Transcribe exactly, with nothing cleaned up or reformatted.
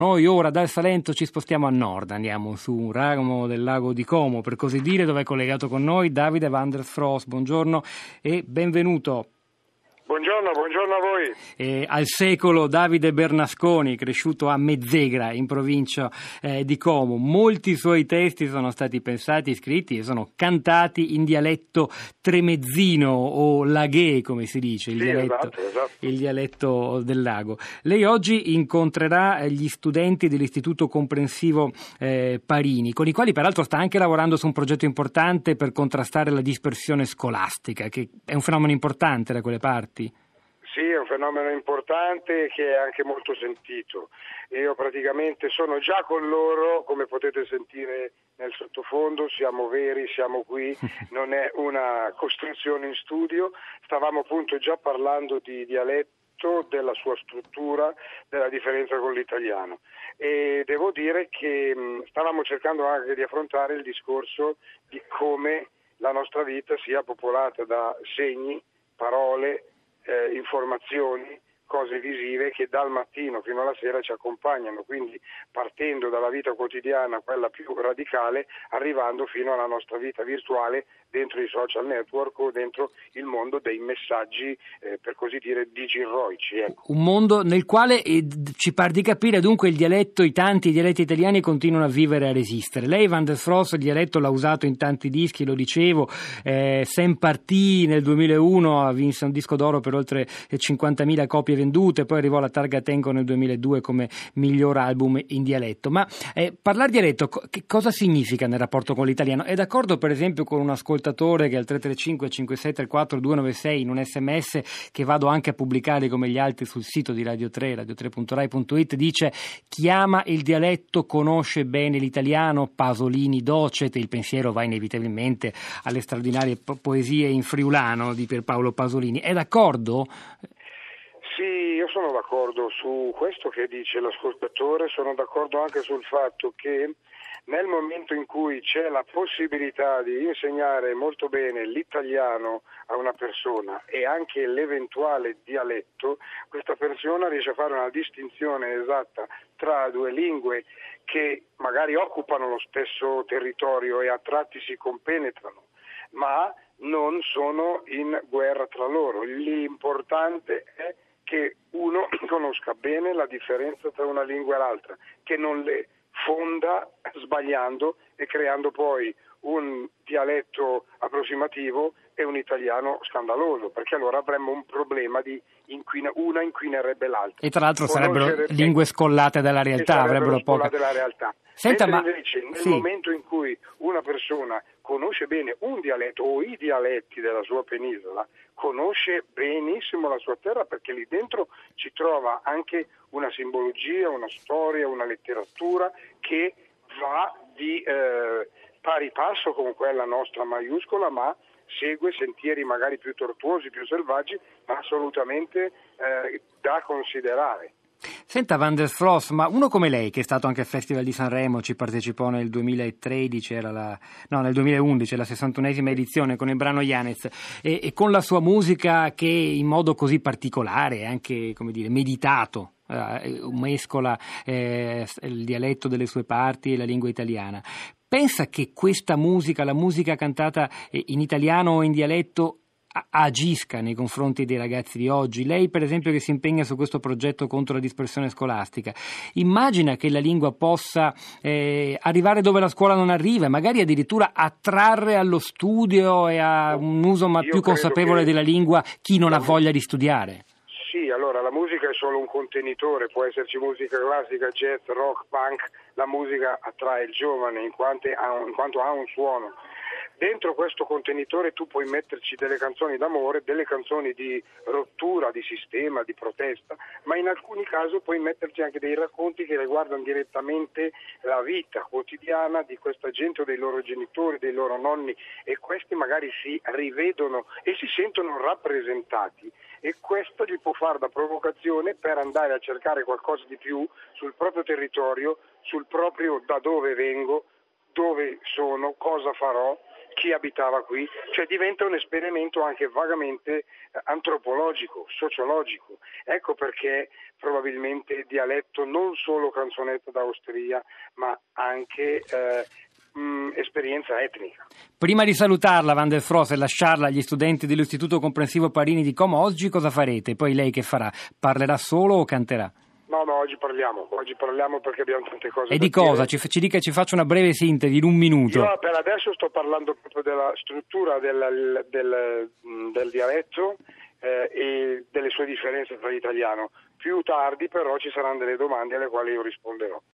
Noi ora dal Salento ci spostiamo a nord, andiamo su un ramo del lago di Como, per così dire, dove è collegato con noi Davide van der Frost. Buongiorno e benvenuto. Buongiorno, buongiorno a voi. Eh, al secolo Davide Bernasconi, cresciuto a Mezzegra, in provincia eh, di Como. Molti suoi testi sono stati pensati, scritti e sono cantati in dialetto tremezzino o laghé, come si dice, il, sì, dialetto, esatto, esatto. il dialetto del lago. Lei oggi incontrerà gli studenti dell'Istituto Comprensivo eh, Parini, con i quali peraltro sta anche lavorando su un progetto importante per contrastare la dispersione scolastica, che è un fenomeno importante da quelle parti. Sì, è un fenomeno importante che è anche molto sentito. Io praticamente sono già con loro, come potete sentire nel sottofondo, siamo veri, siamo qui, non è una costruzione in studio. Stavamo appunto già parlando di dialetto, della sua struttura, della differenza con l'italiano. E devo dire che mh, stavamo cercando anche di affrontare il discorso di come la nostra vita sia popolata da segni, parole, Eh, informazioni, cose visive che dal mattino fino alla sera ci accompagnano, quindi partendo dalla vita quotidiana, quella più radicale, arrivando fino alla nostra vita virtuale dentro i social network o dentro il mondo dei messaggi, eh, per così dire, digirroici. Ecco. Un mondo nel quale eh, ci par di capire dunque il dialetto, i tanti dialetti italiani continuano a vivere e a resistere. Lei, Van der Frost, il dialetto l'ha usato in tanti dischi, lo dicevo, eh, Sem Partì nel duemilauno vinse un disco d'oro per oltre cinquantamila copie vendute, poi arrivò alla Targa Tenco nel duemiladue come miglior album in dialetto. Ma eh, parlare dialetto, co- che cosa significa nel rapporto con l'italiano? È d'accordo per esempio con un ascoltatore che al tre tre cinque cinque sei tre quattro due nove sei in un sms che vado anche a pubblicare come gli altri sul sito di Radio tre, radio tre punto rai punto it, dice: chi ama il dialetto conosce bene l'italiano, Pasolini docet. Il pensiero va inevitabilmente alle straordinarie po- poesie in friulano di Pierpaolo Pasolini. È d'accordo? Sì, io sono d'accordo su questo che dice l'ascoltatore, sono d'accordo anche sul fatto che nel momento in cui c'è la possibilità di insegnare molto bene l'italiano a una persona e anche l'eventuale dialetto, questa persona riesce a fare una distinzione esatta tra due lingue che magari occupano lo stesso territorio e a tratti si compenetrano, ma non sono in guerra tra loro. L'importante è che uno conosca bene la differenza tra una lingua e l'altra, che non le fonda sbagliando e creando poi un dialetto approssimativo e un italiano scandaloso, perché allora avremmo un problema di inquina, una inquinerebbe l'altra. E tra l'altro sarebbero lingue scollate dalla realtà, avrebbero poca... della realtà. Senta, ma... invece nel sì. momento in cui una persona conosce bene un dialetto o i dialetti della sua penisola, conosce benissimo la sua terra, perché lì dentro ci trova anche una simbologia, una storia, una letteratura che va di eh, pari passo con quella nostra maiuscola, ma segue sentieri magari più tortuosi, più selvaggi, ma assolutamente eh, da considerare. Senta Van der Frost, ma uno come lei, che è stato anche al Festival di Sanremo, ci partecipò nel duemilatredici, era la, no, nel duemilaundici, la sessantunesima edizione con il brano Yanez, e, e con la sua musica che in modo così particolare, anche come dire, meditato, eh, mescola eh, il dialetto delle sue parti e la lingua italiana. Pensa che questa musica, la musica cantata in italiano o in dialetto, agisca nei confronti dei ragazzi di oggi? Lei, per esempio, che si impegna su questo progetto contro la dispersione scolastica, immagina che la lingua possa eh, arrivare dove la scuola non arriva, magari addirittura attrarre allo studio e a un uso ma più consapevole della lingua chi non ha voglia di studiare? Sì, allora la musica è solo un contenitore, può esserci musica classica, jazz, rock, punk, la musica attrae il giovane in quanto ha un, in quanto ha un suono. Dentro questo contenitore tu puoi metterci delle canzoni d'amore, delle canzoni di rottura, di sistema, di protesta, ma in alcuni casi puoi metterci anche dei racconti che riguardano direttamente la vita quotidiana di questa gente o dei loro genitori, dei loro nonni, e questi magari si rivedono e si sentono rappresentati, e questo gli può fare da provocazione per andare a cercare qualcosa di più sul proprio territorio, sul proprio da dove vengo, dove sono, cosa farò, chi abitava qui, cioè diventa un esperimento anche vagamente antropologico, sociologico. Ecco perché probabilmente il dialetto non solo canzonetta d'Austria, ma anche eh, mh, esperienza etnica. Prima di salutarla, Van der Frost, e lasciarla agli studenti dell'Istituto Comprensivo Parini di Como, oggi cosa farete? Poi lei che farà? Parlerà solo o canterà? No, no, oggi parliamo, oggi parliamo perché abbiamo tante cose e da di cosa? dire. Ci, ci dica, ci faccia una breve sintesi in un minuto. Io per adesso sto parlando proprio della struttura del, del, del dialetto eh, e delle sue differenze tra l'italiano. Più tardi però ci saranno delle domande alle quali io risponderò.